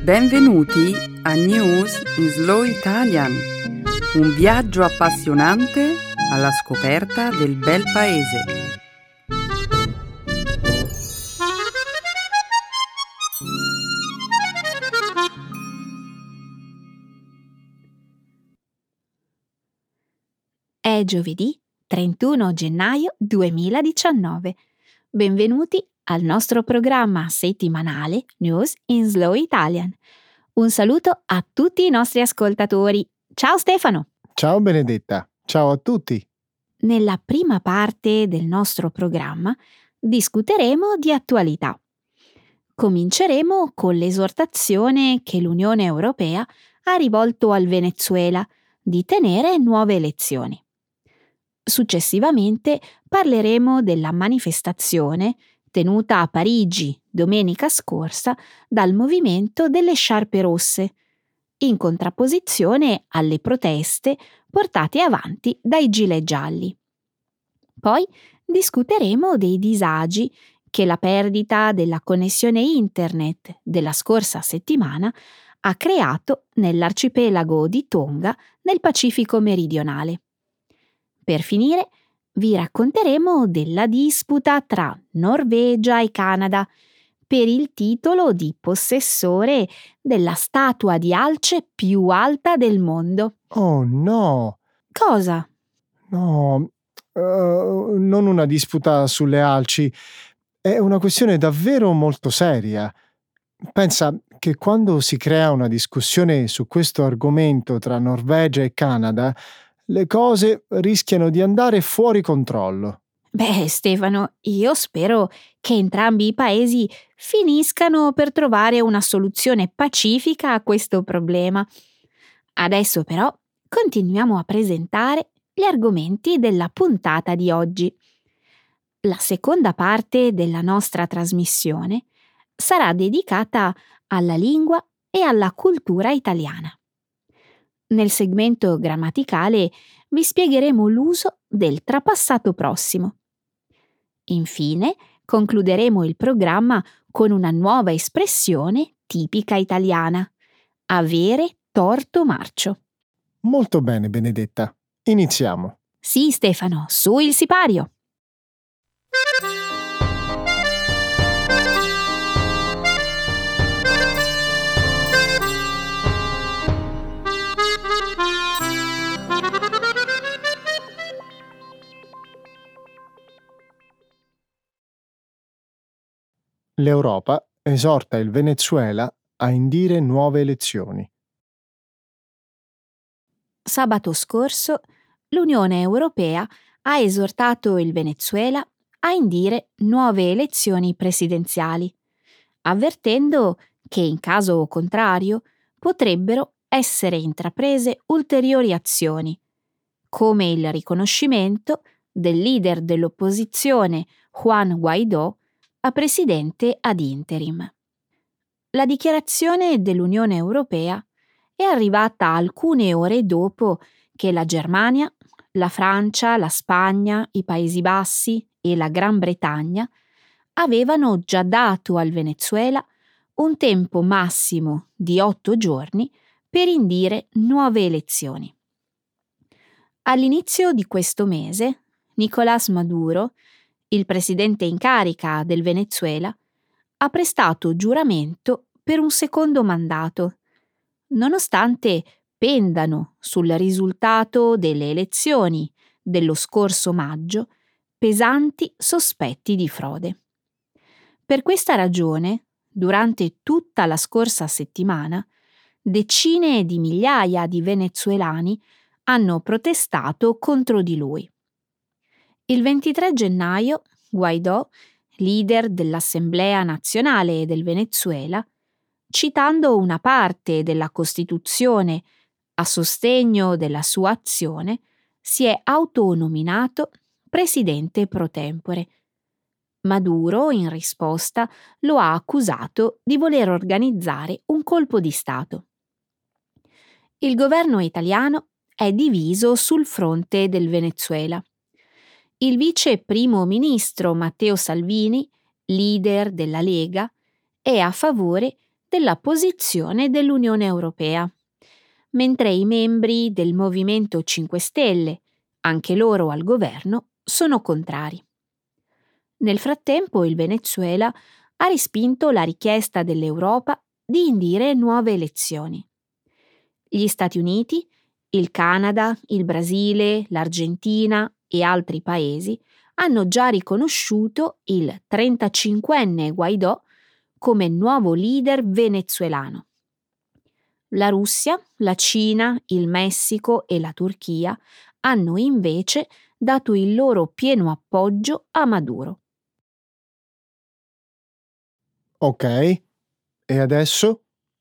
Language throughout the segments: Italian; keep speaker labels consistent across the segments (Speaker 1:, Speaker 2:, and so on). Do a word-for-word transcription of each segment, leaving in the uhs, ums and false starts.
Speaker 1: Benvenuti a News in Slow Italian, un viaggio appassionante alla scoperta del bel paese.
Speaker 2: È giovedì trentuno gennaio duemiladiciannove. Benvenuti al nostro programma settimanale News in Slow Italian. Un saluto a tutti i nostri ascoltatori. Ciao Stefano!
Speaker 3: Ciao Benedetta, ciao a tutti!
Speaker 2: Nella prima parte del nostro programma discuteremo di attualità. Cominceremo con l'esortazione che l'Unione Europea ha rivolto al Venezuela di tenere nuove elezioni. Successivamente parleremo della manifestazione tenuta a Parigi domenica scorsa dal movimento delle Sciarpe Rosse, in contrapposizione alle proteste portate avanti dai gilet gialli. Poi discuteremo dei disagi che la perdita della connessione internet della scorsa settimana ha creato nell'arcipelago di Tonga nel Pacifico meridionale. Per finire, vi racconteremo della disputa tra Norvegia e Canada per il titolo di possessore della statua di alce più alta del mondo.
Speaker 3: Oh no!
Speaker 2: Cosa?
Speaker 3: No, uh, non una disputa sulle alci, è una questione davvero molto seria. Pensa che quando si crea una discussione su questo argomento tra Norvegia e Canada, le cose rischiano di andare fuori controllo.
Speaker 2: Beh, Stefano, io spero che entrambi i paesi finiscano per trovare una soluzione pacifica a questo problema. Adesso però continuiamo a presentare gli argomenti della puntata di oggi. La seconda parte della nostra trasmissione sarà dedicata alla lingua e alla cultura italiana. Nel segmento grammaticale vi spiegheremo l'uso del trapassato prossimo. Infine, concluderemo il programma con una nuova espressione tipica italiana: avere torto marcio.
Speaker 3: Molto bene, Benedetta. Iniziamo.
Speaker 2: Sì, Stefano, su il sipario!
Speaker 3: L'Europa esorta il Venezuela a indire nuove elezioni.
Speaker 2: Sabato scorso l'Unione Europea ha esortato il Venezuela a indire nuove elezioni presidenziali, avvertendo che in caso contrario potrebbero essere intraprese ulteriori azioni, come il riconoscimento del leader dell'opposizione Juan Guaidó a presidente ad interim. La dichiarazione dell'Unione Europea è arrivata alcune ore dopo che la Germania, la Francia, la Spagna, i Paesi Bassi e la Gran Bretagna avevano già dato al Venezuela un tempo massimo di otto giorni per indire nuove elezioni. All'inizio di questo mese, Nicolás Maduro, il presidente in carica del Venezuela, ha prestato giuramento per un secondo mandato, nonostante pendano sul risultato delle elezioni dello scorso maggio pesanti sospetti di frode. Per questa ragione, durante tutta la scorsa settimana, decine di migliaia di venezuelani hanno protestato contro di lui. Il ventitré gennaio, Guaidó, leader dell'Assemblea nazionale del Venezuela, citando una parte della Costituzione a sostegno della sua azione, si è autonominato presidente pro tempore. Maduro, in risposta, lo ha accusato di voler organizzare un colpo di Stato. Il governo italiano è diviso sul fronte del Venezuela. Il vice primo ministro Matteo Salvini, leader della Lega, è a favore della posizione dell'Unione Europea, mentre i membri del Movimento cinque Stelle, anche loro al governo, sono contrari. Nel frattempo il Venezuela ha respinto la richiesta dell'Europa di indire nuove elezioni. Gli Stati Uniti, il Canada, il Brasile, l'Argentina e altri paesi hanno già riconosciuto il trentacinquenne Guaidó come nuovo leader venezuelano. La Russia, la Cina, il Messico e la Turchia hanno invece dato il loro pieno appoggio a Maduro.
Speaker 3: Ok, e adesso?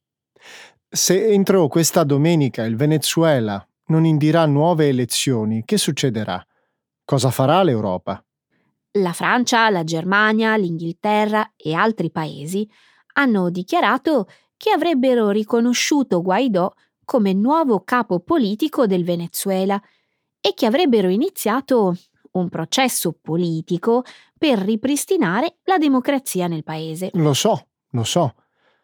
Speaker 3: Se entro questa domenica il Venezuela non indirà nuove elezioni, che succederà? Cosa farà l'Europa?
Speaker 2: La Francia, la Germania, l'Inghilterra e altri paesi hanno dichiarato che avrebbero riconosciuto Guaidó come nuovo capo politico del Venezuela e che avrebbero iniziato un processo politico per ripristinare la democrazia nel paese.
Speaker 3: Lo so, lo so.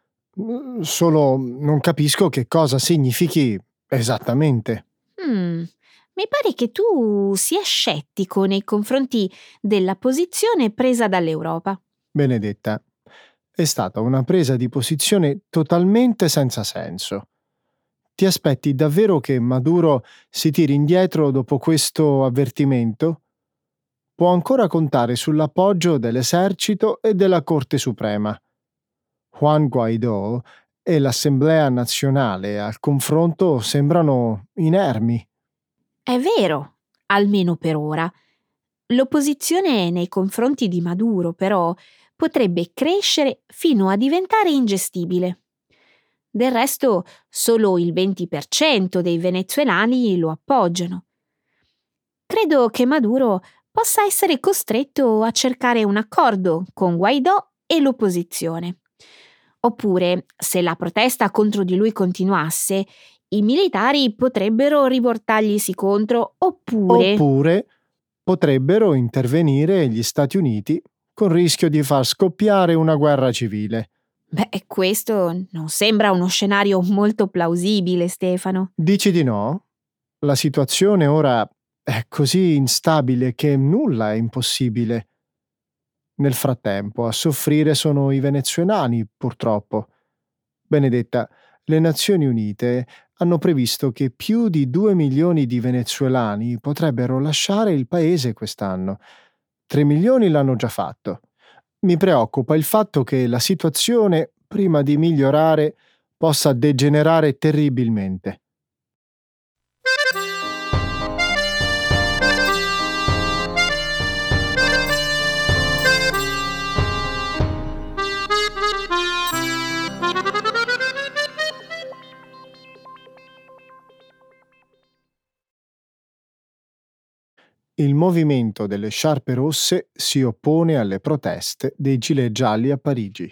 Speaker 3: Solo non capisco che cosa significhi esattamente.
Speaker 2: Hmm, mi pare che tu sia scettico nei confronti della posizione presa dall'Europa.
Speaker 3: Benedetta, è stata una presa di posizione totalmente senza senso. Ti aspetti davvero che Maduro si tiri indietro dopo questo avvertimento? Può ancora contare sull'appoggio dell'esercito e della Corte Suprema. Juan Guaidó e l'Assemblea nazionale al confronto sembrano inermi.
Speaker 2: È vero, almeno per ora. L'opposizione nei confronti di Maduro, però, potrebbe crescere fino a diventare ingestibile. Del resto, solo il venti per cento dei venezuelani lo appoggiano. Credo che Maduro possa essere costretto a cercare un accordo con Guaidó e l'opposizione. Oppure, se la protesta contro di lui continuasse, i militari potrebbero rivoltarglisi contro, oppure...
Speaker 3: Oppure potrebbero intervenire gli Stati Uniti con rischio di far scoppiare una guerra civile.
Speaker 2: Beh, questo non sembra uno scenario molto plausibile, Stefano.
Speaker 3: Dici di no? La situazione ora è così instabile che nulla è impossibile. Nel frattempo, a soffrire sono i venezuelani, purtroppo. Benedetta, le Nazioni Unite hanno previsto che più di due milioni di venezuelani potrebbero lasciare il paese quest'anno. Tre milioni l'hanno già fatto. Mi preoccupa il fatto che la situazione, prima di migliorare, possa degenerare terribilmente. Il movimento delle sciarpe rosse si oppone alle proteste dei gilet gialli a Parigi.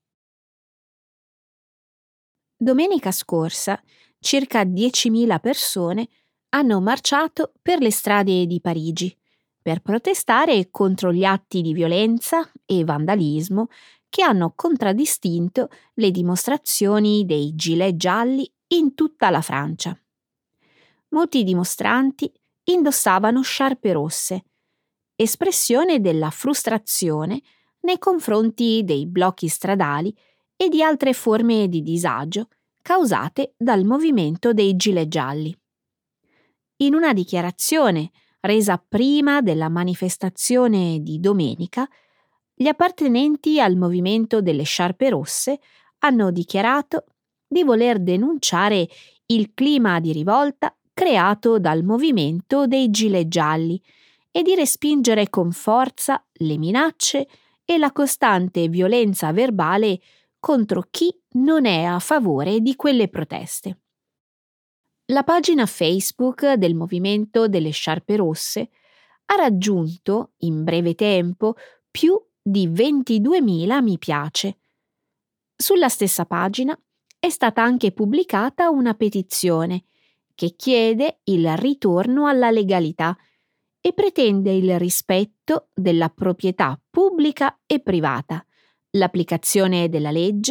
Speaker 2: Domenica scorsa, circa diecimila persone hanno marciato per le strade di Parigi per protestare contro gli atti di violenza e vandalismo che hanno contraddistinto le dimostrazioni dei gilet gialli in tutta la Francia. Molti dimostranti indossavano sciarpe rosse, espressione della frustrazione nei confronti dei blocchi stradali e di altre forme di disagio causate dal movimento dei gilet gialli. In una dichiarazione resa prima della manifestazione di domenica, gli appartenenti al movimento delle sciarpe rosse hanno dichiarato di voler denunciare il clima di rivolta creato dal movimento dei gilet gialli e di respingere con forza le minacce e la costante violenza verbale contro chi non è a favore di quelle proteste. La pagina Facebook del movimento delle sciarpe rosse ha raggiunto in breve tempo più di ventiduemila mi piace. Sulla stessa pagina è stata anche pubblicata una petizione che chiede il ritorno alla legalità e pretende il rispetto della proprietà pubblica e privata, l'applicazione della legge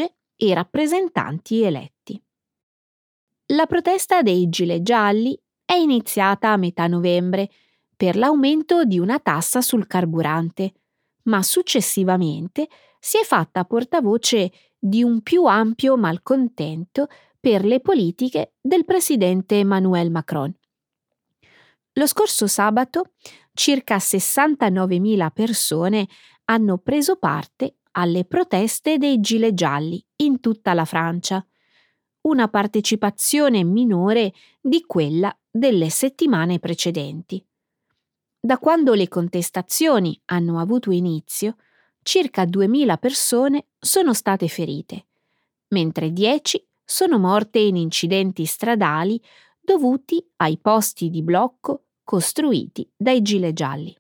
Speaker 2: e rappresentanti eletti. La protesta dei gilet gialli è iniziata a metà novembre per l'aumento di una tassa sul carburante, ma successivamente si è fatta portavoce di un più ampio malcontento per le politiche del presidente Emmanuel Macron. Lo scorso sabato circa sessantanovemila persone hanno preso parte alle proteste dei gilet gialli in tutta la Francia, una partecipazione minore di quella delle settimane precedenti. Da quando le contestazioni hanno avuto inizio, circa duemila persone sono state ferite, mentre dieci sono morte in incidenti stradali dovuti ai posti di blocco costruiti dai gilet gialli.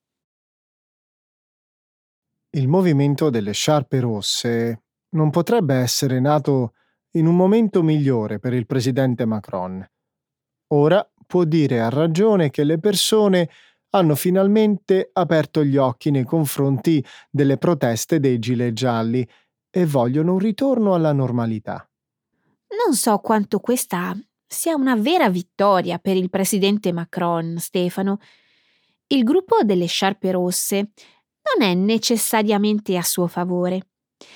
Speaker 3: Il movimento delle sciarpe rosse non potrebbe essere nato in un momento migliore per il presidente Macron. Ora può dire a ragione che le persone hanno finalmente aperto gli occhi nei confronti delle proteste dei gilet gialli e vogliono un ritorno alla normalità.
Speaker 2: Non so quanto questa sia una vera vittoria per il presidente Macron, Stefano. Il gruppo delle sciarpe rosse non è necessariamente a suo favore.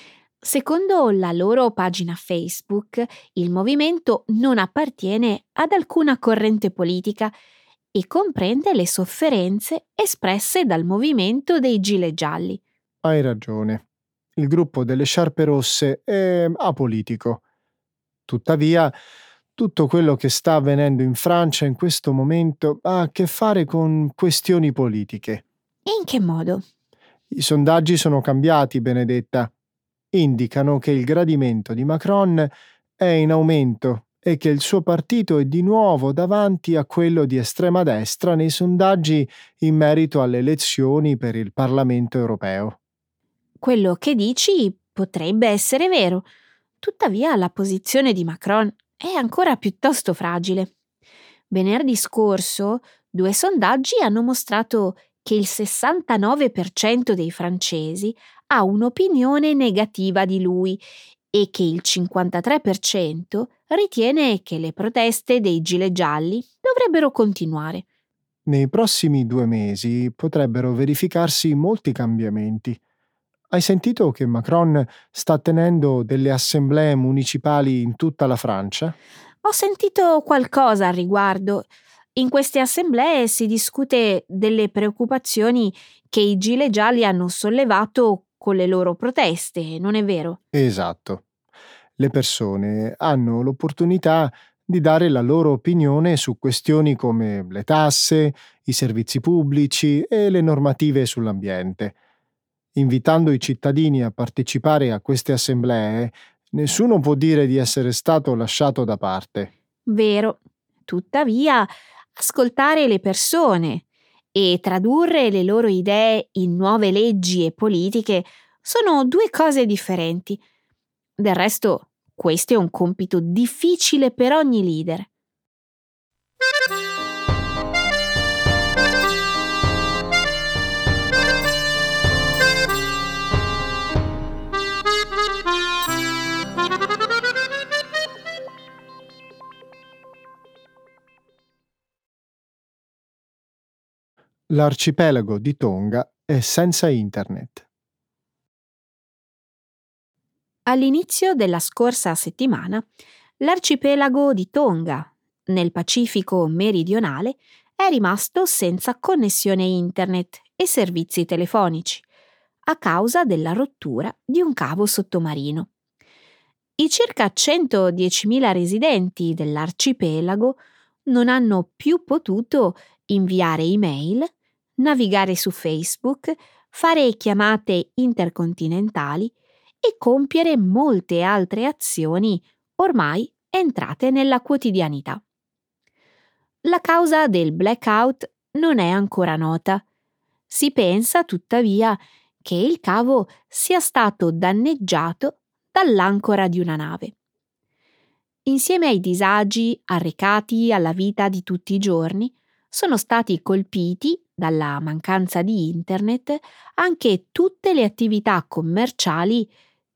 Speaker 2: Secondo la loro pagina Facebook, il movimento non appartiene ad alcuna corrente politica e comprende le sofferenze espresse dal movimento dei gilet gialli.
Speaker 3: Hai ragione. Il gruppo delle sciarpe rosse è apolitico. Tuttavia, tutto quello che sta avvenendo in Francia in questo momento ha a che fare con questioni politiche.
Speaker 2: In che modo?
Speaker 3: I sondaggi sono cambiati, Benedetta. Indicano che il gradimento di Macron è in aumento e che il suo partito è di nuovo davanti a quello di estrema destra nei sondaggi in merito alle elezioni per il Parlamento europeo.
Speaker 2: Quello che dici potrebbe essere vero, tuttavia la posizione di Macron è ancora piuttosto fragile. Venerdì scorso due sondaggi hanno mostrato che il sessantanove per cento dei francesi ha un'opinione negativa di lui e che il cinquantatré per cento ritiene che le proteste dei gilet gialli dovrebbero continuare.
Speaker 3: Nei prossimi due mesi potrebbero verificarsi molti cambiamenti. Hai sentito che Macron sta tenendo delle assemblee municipali in tutta la Francia?
Speaker 2: Ho sentito qualcosa al riguardo. In queste assemblee si discute delle preoccupazioni che i gilet gialli hanno sollevato con le loro proteste, non è vero?
Speaker 3: Esatto. Le persone hanno l'opportunità di dare la loro opinione su questioni come le tasse, i servizi pubblici e le normative sull'ambiente. Invitando i cittadini a partecipare a queste assemblee, nessuno può dire di essere stato lasciato da parte.
Speaker 2: Vero. Tuttavia, ascoltare le persone e tradurre le loro idee in nuove leggi e politiche sono due cose differenti. Del resto, questo è un compito difficile per ogni leader.
Speaker 3: L'arcipelago di Tonga è senza internet.
Speaker 2: All'inizio della scorsa settimana, l'arcipelago di Tonga, nel Pacifico meridionale, è rimasto senza connessione internet e servizi telefonici, a causa della rottura di un cavo sottomarino. I circa centodiecimila residenti dell'arcipelago non hanno più potuto inviare email, navigare su Facebook, fare chiamate intercontinentali e compiere molte altre azioni ormai entrate nella quotidianità. La causa del blackout non è ancora nota. Si pensa tuttavia che il cavo sia stato danneggiato dall'ancora di una nave. Insieme ai disagi arrecati alla vita di tutti i giorni, sono stati colpiti dalla mancanza di internet anche tutte le attività commerciali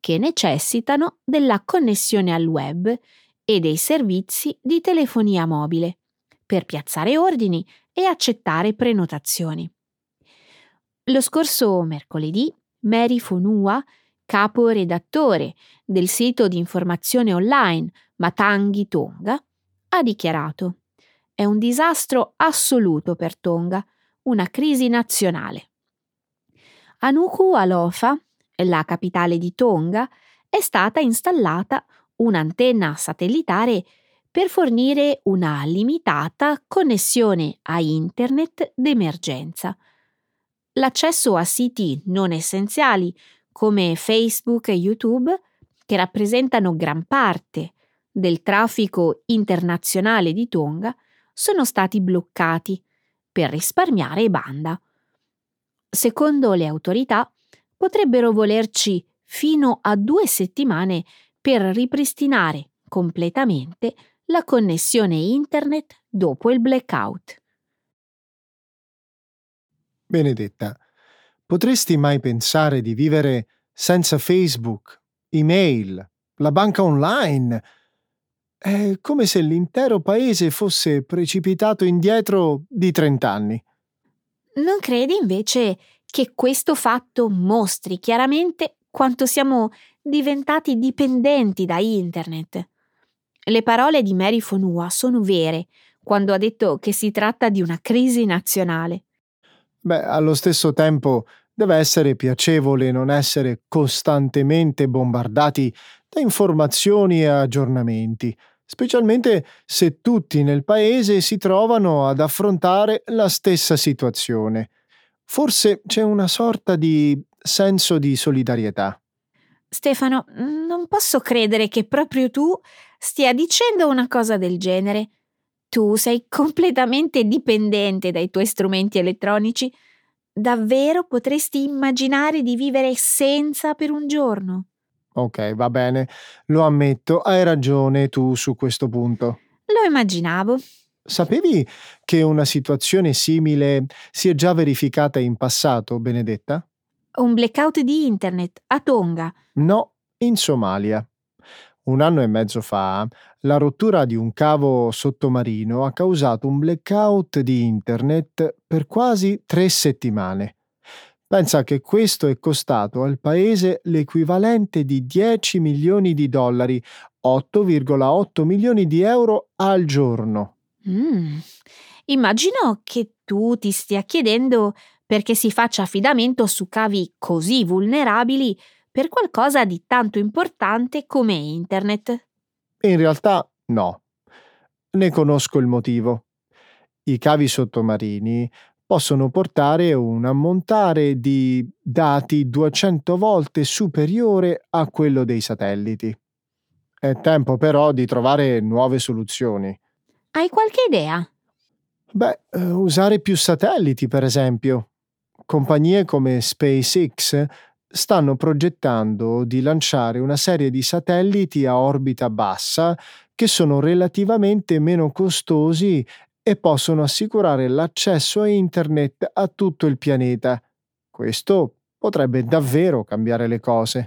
Speaker 2: che necessitano della connessione al web e dei servizi di telefonia mobile per piazzare ordini e accettare prenotazioni. Lo scorso mercoledì, Mary Fonua, capo redattore del sito di informazione online Matangi Tonga, ha dichiarato: «È un disastro assoluto per Tonga, una crisi nazionale». A Nuku Alofa, la capitale di Tonga, è stata installata un'antenna satellitare per fornire una limitata connessione a internet d'emergenza. L'accesso a siti non essenziali come Facebook e YouTube, che rappresentano gran parte del traffico internazionale di Tonga, sono stati bloccati per risparmiare banda. Secondo le autorità, potrebbero volerci fino a due settimane per ripristinare completamente la connessione internet dopo il blackout.
Speaker 3: Benedetta, potresti mai pensare di vivere senza Facebook, email, la banca online? È come se l'intero paese fosse precipitato indietro di trent'anni.
Speaker 2: Non credi invece che questo fatto mostri chiaramente quanto siamo diventati dipendenti da internet? Le parole di Mary Fonua sono vere quando ha detto che si tratta di una crisi nazionale.
Speaker 3: Beh, allo stesso tempo deve essere piacevole non essere costantemente bombardati da informazioni e aggiornamenti, specialmente se tutti nel paese si trovano ad affrontare la stessa situazione. Forse c'è una sorta di senso di solidarietà.
Speaker 2: Stefano, non posso credere che proprio tu stia dicendo una cosa del genere. Tu sei completamente dipendente dai tuoi strumenti elettronici. Davvero potresti immaginare di vivere senza per un giorno?
Speaker 3: Ok, va bene, lo ammetto, hai ragione tu su questo punto.
Speaker 2: Lo immaginavo.
Speaker 3: Sapevi che una situazione simile si è già verificata in passato, Benedetta?
Speaker 2: Un blackout di internet a Tonga.
Speaker 3: No, in Somalia. Un anno e mezzo fa, la rottura di un cavo sottomarino ha causato un blackout di internet per quasi tre settimane. Pensa che questo è costato al paese l'equivalente di dieci milioni di dollari, otto virgola otto milioni di euro al giorno.
Speaker 2: Mm. Immagino che tu ti stia chiedendo perché si faccia affidamento su cavi così vulnerabili per qualcosa di tanto importante come internet.
Speaker 3: In realtà no. Ne conosco il motivo. I cavi sottomarini possono portare un ammontare di dati duecento volte superiore a quello dei satelliti. È tempo però di trovare nuove soluzioni.
Speaker 2: Hai qualche idea?
Speaker 3: Beh, eh, usare più satelliti, per esempio. Compagnie come SpaceX stanno progettando di lanciare una serie di satelliti a orbita bassa che sono relativamente meno costosi e possono assicurare l'accesso a internet a tutto il pianeta. Questo potrebbe davvero cambiare le cose.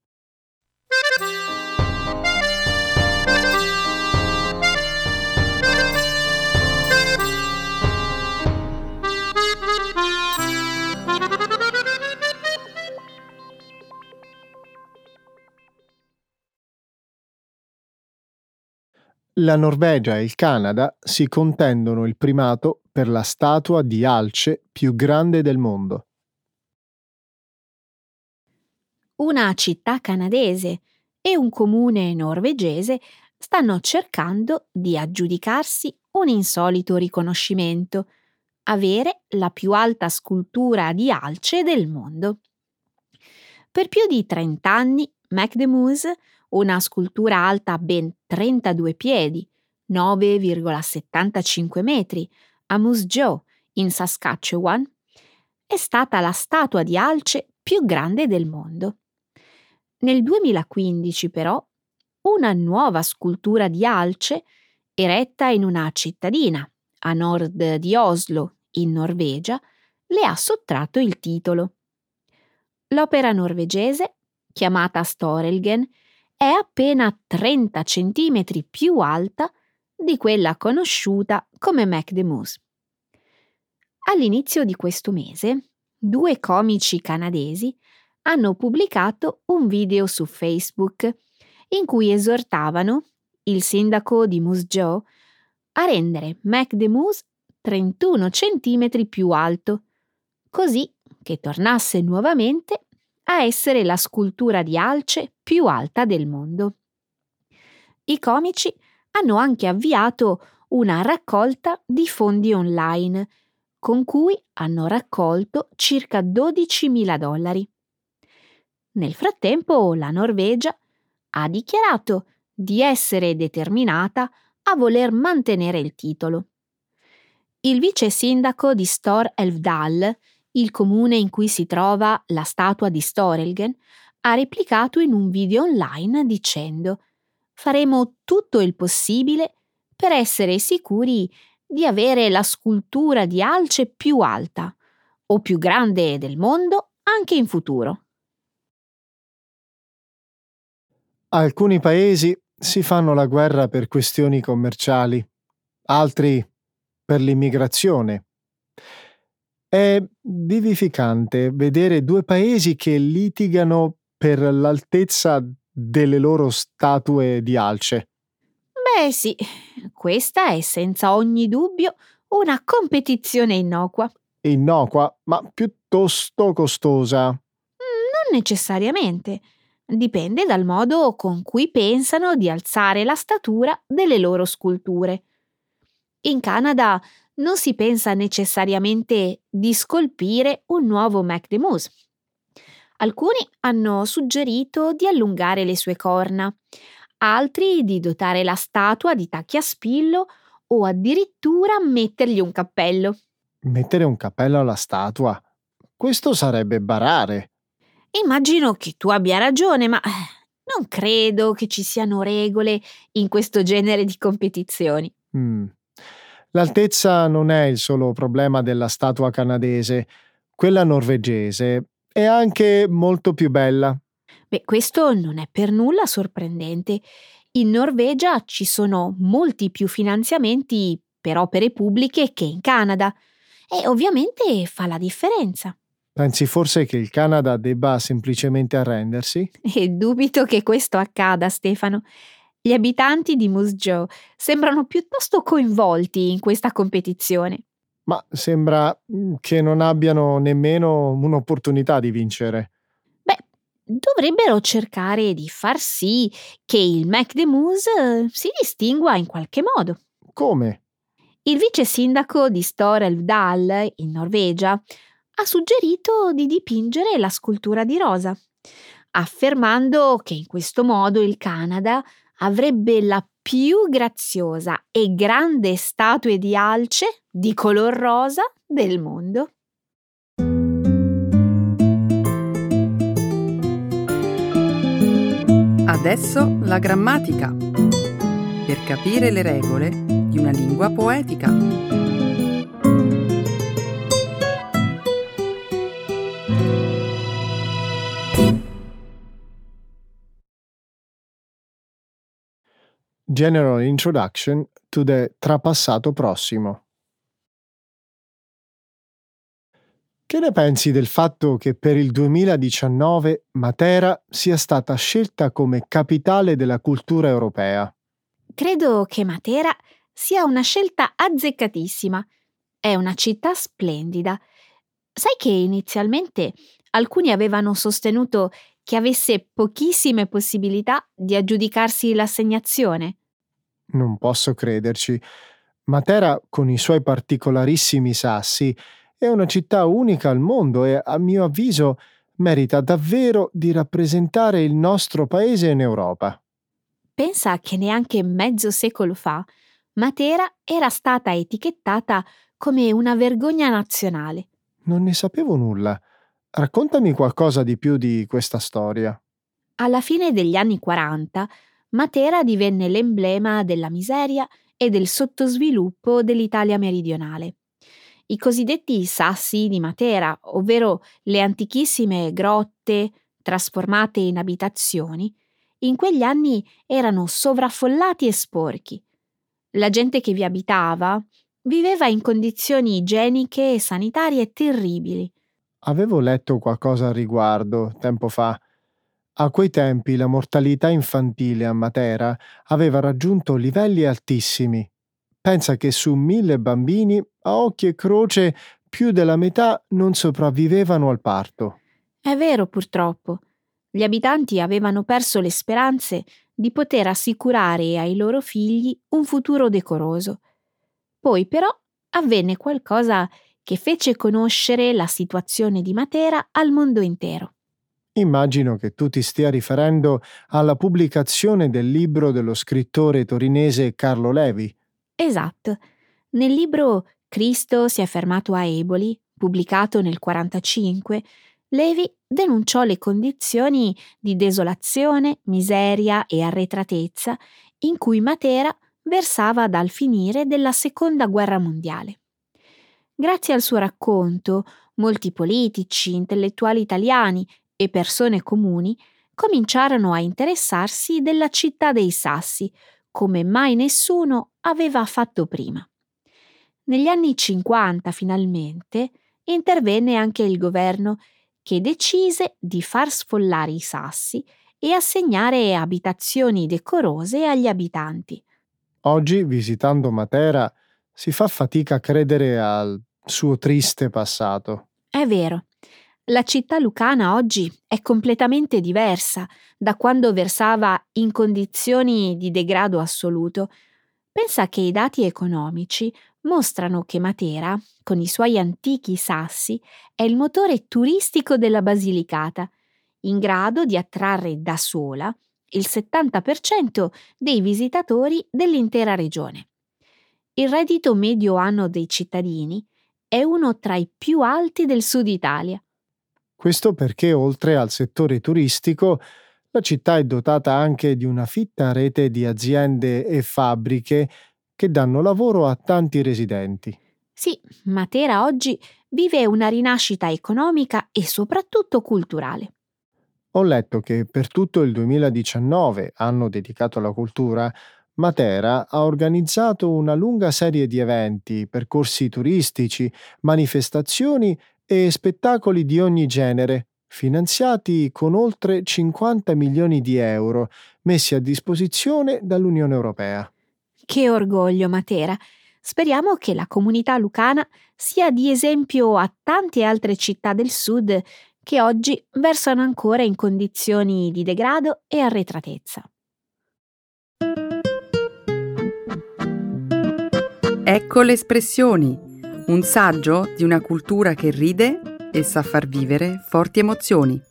Speaker 3: La Norvegia e il Canada si contendono il primato per la statua di alce più grande del mondo.
Speaker 2: Una città canadese e un comune norvegese stanno cercando di aggiudicarsi un insolito riconoscimento: avere la più alta scultura di alce del mondo. Per più di trent'anni, McDemoose, una scultura alta ben trentadue piedi, nove virgola settantacinque metri, a Moose Jaw, in Saskatchewan, è stata la statua di alce più grande del mondo. Nel duemilaquindici, però, una nuova scultura di alce, eretta in una cittadina a nord di Oslo, in Norvegia, le ha sottratto il titolo. L'opera norvegese, chiamata Storelgen, è appena trenta centimetri più alta di quella conosciuta come Mac the Moose. All'inizio di questo mese, due comici canadesi hanno pubblicato un video su Facebook in cui esortavano il sindaco di Moose Jaw a rendere Mac the Moose trentuno centimetri più alto, così che tornasse nuovamente a essere la scultura di alce più alta del mondo. I comici hanno anche avviato una raccolta di fondi online, con cui hanno raccolto circa dodicimila dollari. Nel frattempo, la Norvegia ha dichiarato di essere determinata a voler mantenere il titolo. Il vice sindaco di Stor-Elvdal, il comune in cui si trova la statua di Storelgen, ha replicato in un video online dicendo: «Faremo tutto il possibile per essere sicuri di avere la scultura di alce più alta o più grande del mondo anche in futuro».
Speaker 3: Alcuni paesi si fanno la guerra per questioni commerciali, altri per l'immigrazione. È vivificante vedere due paesi che litigano per l'altezza delle loro statue di alce.
Speaker 2: Beh sì, questa è senza ogni dubbio una competizione innocua.
Speaker 3: Innocua, ma piuttosto costosa.
Speaker 2: Non necessariamente. Dipende dal modo con cui pensano di alzare la statura delle loro sculture. In Canada non si pensa necessariamente di scolpire un nuovo Mac the Moose. Alcuni hanno suggerito di allungare le sue corna, altri di dotare la statua di tacchi a spillo o addirittura mettergli un cappello.
Speaker 3: Mettere un cappello alla statua? Questo sarebbe barare.
Speaker 2: Immagino che tu abbia ragione, ma non credo che ci siano regole in questo genere di competizioni.
Speaker 3: Mm. L'altezza non è il solo problema della statua canadese. Quella norvegese è anche molto più bella.
Speaker 2: Beh, questo non è per nulla sorprendente. In Norvegia ci sono molti più finanziamenti per opere pubbliche che in Canada e ovviamente fa la differenza.
Speaker 3: Pensi forse che il Canada debba semplicemente arrendersi?
Speaker 2: E dubito che questo accada, Stefano. Gli abitanti di Moose Jaw sembrano piuttosto coinvolti in questa competizione.
Speaker 3: Ma sembra che non abbiano nemmeno un'opportunità di vincere.
Speaker 2: Beh, dovrebbero cercare di far sì che il Mac the Moose si distingua in qualche modo.
Speaker 3: Come?
Speaker 2: Il vice sindaco di Stor-Elvdal, in Norvegia, ha suggerito di dipingere la scultura di rosa, affermando che in questo modo il Canada avrebbe la più graziosa e grande statua di alce di color rosa del mondo.
Speaker 1: Adesso la grammatica, per capire le regole di una lingua poetica.
Speaker 3: General Introduction to the trapassato prossimo. Che ne pensi del fatto che per il duemiladiciannove Matera sia stata scelta come capitale della cultura europea?
Speaker 2: Credo che Matera sia una scelta azzeccatissima. È una città splendida. Sai che inizialmente alcuni avevano sostenuto che avesse pochissime possibilità di aggiudicarsi l'assegnazione?
Speaker 3: Non posso crederci. Matera, con i suoi particolarissimi sassi, è una città unica al mondo e, a mio avviso, merita davvero di rappresentare il nostro paese in Europa.
Speaker 2: Pensa che neanche mezzo secolo fa Matera era stata etichettata come una vergogna nazionale.
Speaker 3: Non ne sapevo nulla. Raccontami qualcosa di più di questa storia.
Speaker 2: Alla fine degli anni quaranta, Matera divenne l'emblema della miseria e del sottosviluppo dell'Italia meridionale. I cosiddetti sassi di Matera, ovvero le antichissime grotte, trasformate in abitazioni, in quegli anni erano sovraffollati e sporchi. La gente che vi abitava viveva in condizioni igieniche e sanitarie terribili.
Speaker 3: Avevo letto qualcosa al riguardo tempo fa. A quei tempi la mortalità infantile a Matera aveva raggiunto livelli altissimi. Pensa che su mille bambini, a occhio e croce, più della metà non sopravvivevano al parto.
Speaker 2: È vero, purtroppo. Gli abitanti avevano perso le speranze di poter assicurare ai loro figli un futuro decoroso. Poi però avvenne qualcosa che fece conoscere la situazione di Matera al mondo intero.
Speaker 3: Immagino che tu ti stia riferendo alla pubblicazione del libro dello scrittore torinese Carlo Levi.
Speaker 2: Esatto. Nel libro Cristo si è fermato a Eboli, pubblicato nel quarantacinque, Levi denunciò le condizioni di desolazione, miseria e arretratezza in cui Matera versava dal finire della Seconda Guerra Mondiale. Grazie al suo racconto, molti politici, intellettuali italiani e persone comuni cominciarono a interessarsi della città dei Sassi, come mai nessuno aveva fatto prima. Negli anni cinquanta, finalmente, intervenne anche il governo, che decise di far sfollare i sassi e assegnare abitazioni decorose agli abitanti.
Speaker 3: Oggi, visitando Matera, si fa fatica a credere al suo triste passato.
Speaker 2: È vero, la città lucana oggi è completamente diversa da quando versava in condizioni di degrado assoluto. Pensa che i dati economici mostrano che Matera, con i suoi antichi sassi, è il motore turistico della Basilicata, in grado di attrarre da sola il settanta per cento dei visitatori dell'intera regione. Il reddito medio annuo dei cittadini è uno tra i più alti del Sud Italia.
Speaker 3: Questo perché, oltre al settore turistico, la città è dotata anche di una fitta rete di aziende e fabbriche che danno lavoro a tanti residenti.
Speaker 2: Sì, Matera oggi vive una rinascita economica e soprattutto culturale.
Speaker 3: Ho letto che per tutto il duemiladiciannove, anno dedicato alla cultura, Matera ha organizzato una lunga serie di eventi, percorsi turistici, manifestazioni e spettacoli di ogni genere, finanziati con oltre cinquanta milioni di euro messi a disposizione dall'Unione Europea.
Speaker 2: Che orgoglio, Matera! Speriamo che la comunità lucana sia di esempio a tante altre città del sud che oggi versano ancora in condizioni di degrado e arretratezza.
Speaker 1: Ecco le espressioni, un saggio di una cultura che ride e sa far vivere forti emozioni.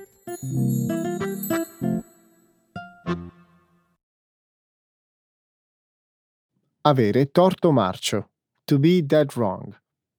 Speaker 3: Avere torto marcio. To be dead wrong.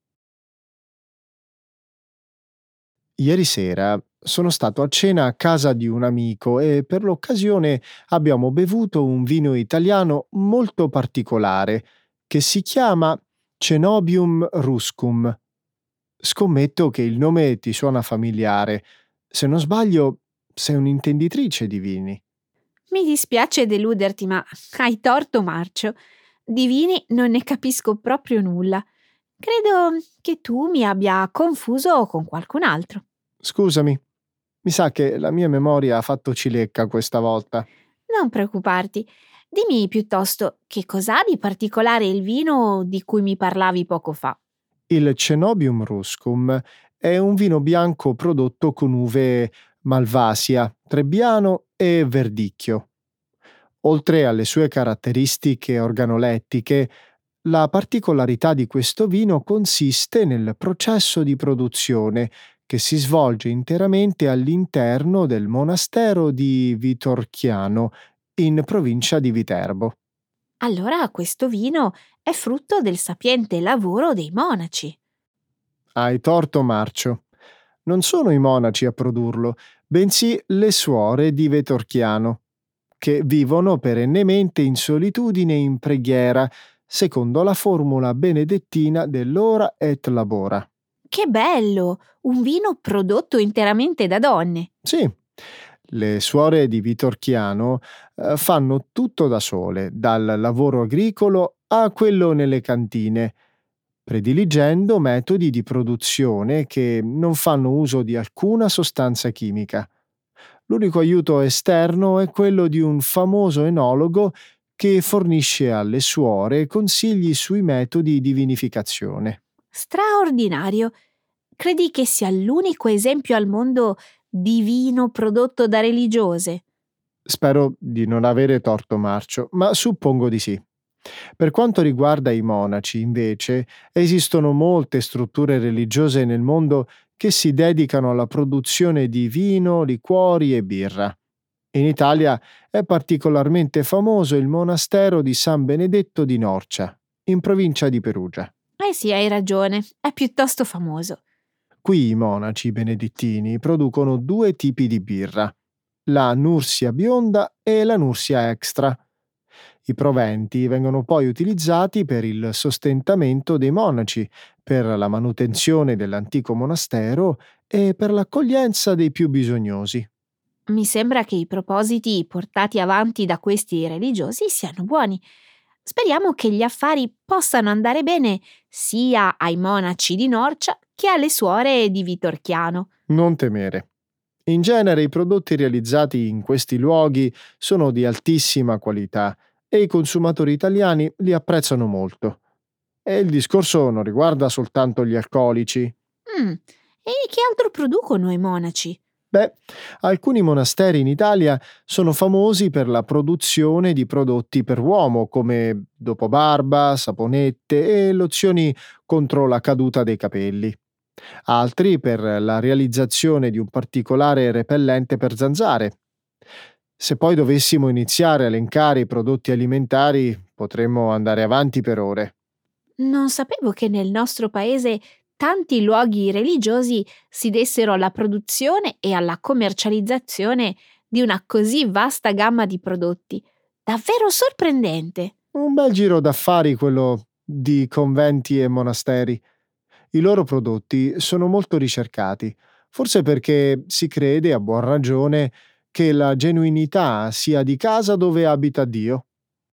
Speaker 3: Ieri sera sono stato a cena a casa di un amico e per l'occasione abbiamo bevuto un vino italiano molto particolare che si chiama Cenobium ruscum. Scommetto che il nome ti suona familiare. Se non sbaglio, sei un'intenditrice di vini.
Speaker 2: Mi dispiace deluderti, ma hai torto, Marcio. Di vini non ne capisco proprio nulla. Credo che tu mi abbia confuso con qualcun altro.
Speaker 3: Scusami, mi sa che la mia memoria ha fatto cilecca questa volta.
Speaker 2: Non preoccuparti. Dimmi piuttosto che cos'ha di particolare il vino di cui mi parlavi poco fa.
Speaker 3: Il Cenobium ruscum è un vino bianco prodotto con uve Malvasia, Trebbiano e Verdicchio. Oltre alle sue caratteristiche organolettiche, la particolarità di questo vino consiste nel processo di produzione che si svolge interamente all'interno del monastero di Vitorchiano, in provincia di Viterbo.
Speaker 2: Allora questo vino è frutto del sapiente lavoro dei monaci.
Speaker 3: Hai torto, Marcio. Non sono i monaci a produrlo, bensì le suore di Vitorchiano, che vivono perennemente in solitudine e in preghiera, secondo la formula benedettina dell'ora et labora.
Speaker 2: Che bello! Un vino prodotto interamente da donne.
Speaker 3: Sì, Le suore di Vitorchiano eh, fanno tutto da sole, dal lavoro agricolo a quello nelle cantine, prediligendo metodi di produzione che non fanno uso di alcuna sostanza chimica. L'unico aiuto esterno è quello di un famoso enologo che fornisce alle suore consigli sui metodi di vinificazione.
Speaker 2: Straordinario! Credi che sia l'unico esempio al mondo di vino prodotto da religiose?
Speaker 3: Spero di non avere torto marcio, ma suppongo di sì. Per quanto riguarda i monaci, invece, esistono molte strutture religiose nel mondo che si dedicano alla produzione di vino, liquori e birra. In Italia è particolarmente famoso il monastero di San Benedetto di Norcia, in provincia di Perugia.
Speaker 2: Eh sì, hai ragione, è piuttosto famoso.
Speaker 3: Qui i monaci benedettini producono due tipi di birra, la Nursia bionda e la Nursia extra. I proventi vengono poi utilizzati per il sostentamento dei monaci, per la manutenzione dell'antico monastero e per l'accoglienza dei più bisognosi.
Speaker 2: Mi sembra che i propositi portati avanti da questi religiosi siano buoni. Speriamo che gli affari possano andare bene sia ai monaci di Norcia che alle suore di Vitorchiano.
Speaker 3: Non temere. In genere i prodotti realizzati in questi luoghi sono di altissima qualità e i consumatori italiani li apprezzano molto. E il discorso non riguarda soltanto gli alcolici.
Speaker 2: Mm, e che altro producono i monaci?
Speaker 3: Beh, alcuni monasteri in Italia sono famosi per la produzione di prodotti per uomo come dopobarba, saponette e lozioni contro la caduta dei capelli. Altri per la realizzazione di un particolare repellente per zanzare. Se poi dovessimo iniziare a elencare i prodotti alimentari, potremmo andare avanti per ore.
Speaker 2: Non sapevo che nel nostro paese tanti luoghi religiosi si dessero alla produzione e alla commercializzazione di una così vasta gamma di prodotti. Davvero sorprendente!
Speaker 3: Un bel giro d'affari quello di conventi e monasteri. I loro prodotti sono molto ricercati, forse perché si crede, a buon ragione, che la genuinità sia di casa dove abita Dio.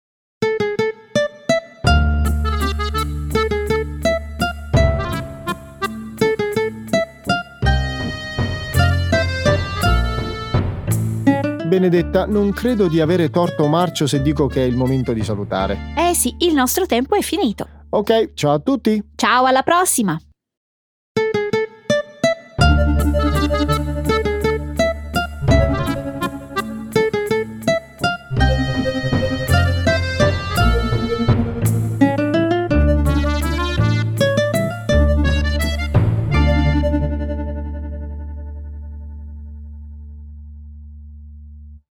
Speaker 3: Benedetta, non credo di avere torto marcio se dico che è il momento di salutare.
Speaker 2: Eh sì, il nostro tempo è finito.
Speaker 3: Ok, ciao a tutti!
Speaker 2: Ciao, alla prossima!